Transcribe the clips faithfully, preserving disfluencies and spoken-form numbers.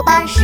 巴士。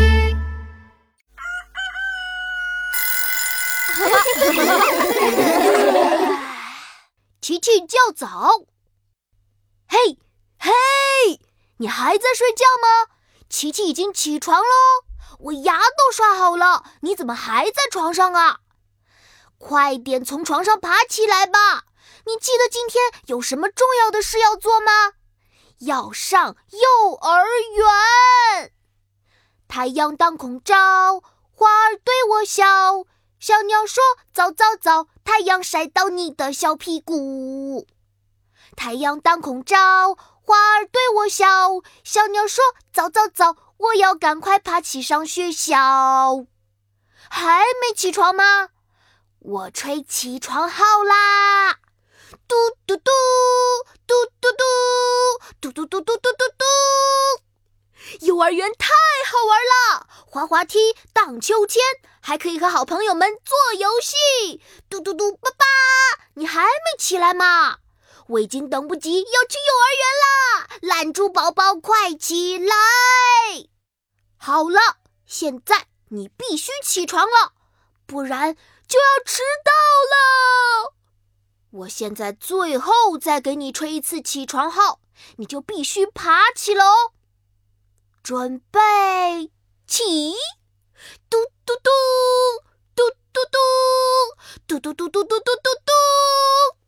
琪琪叫早。嘿，嘿，你还在睡觉吗？琪琪已经起床喽，我牙都刷好了，你怎么还在床上啊？快点从床上爬起来吧！你记得今天有什么重要的事要做吗？要上幼儿园。太阳当空照，花儿对我笑，小鸟说早早早，太阳晒到你的小屁股。太阳当空照，花儿对我笑，小鸟说早早早，我要赶快爬起上学校。还没起床吗？我吹起床号啦！嘟嘟嘟嘟嘟嘟嘟嘟嘟嘟嘟嘟嘟。幼儿园太好玩了，滑滑梯、荡秋千，还可以和好朋友们做游戏。嘟嘟嘟爸爸，你还没起来吗？我已经等不及要去幼儿园啦！懒猪宝宝快起来！好了，现在你必须起床了，不然就要迟到了。我现在最后再给你吹一次起床号，你就必须爬起了哦。准备起！嘟嘟嘟嘟嘟嘟嘟嘟嘟嘟嘟嘟嘟嘟。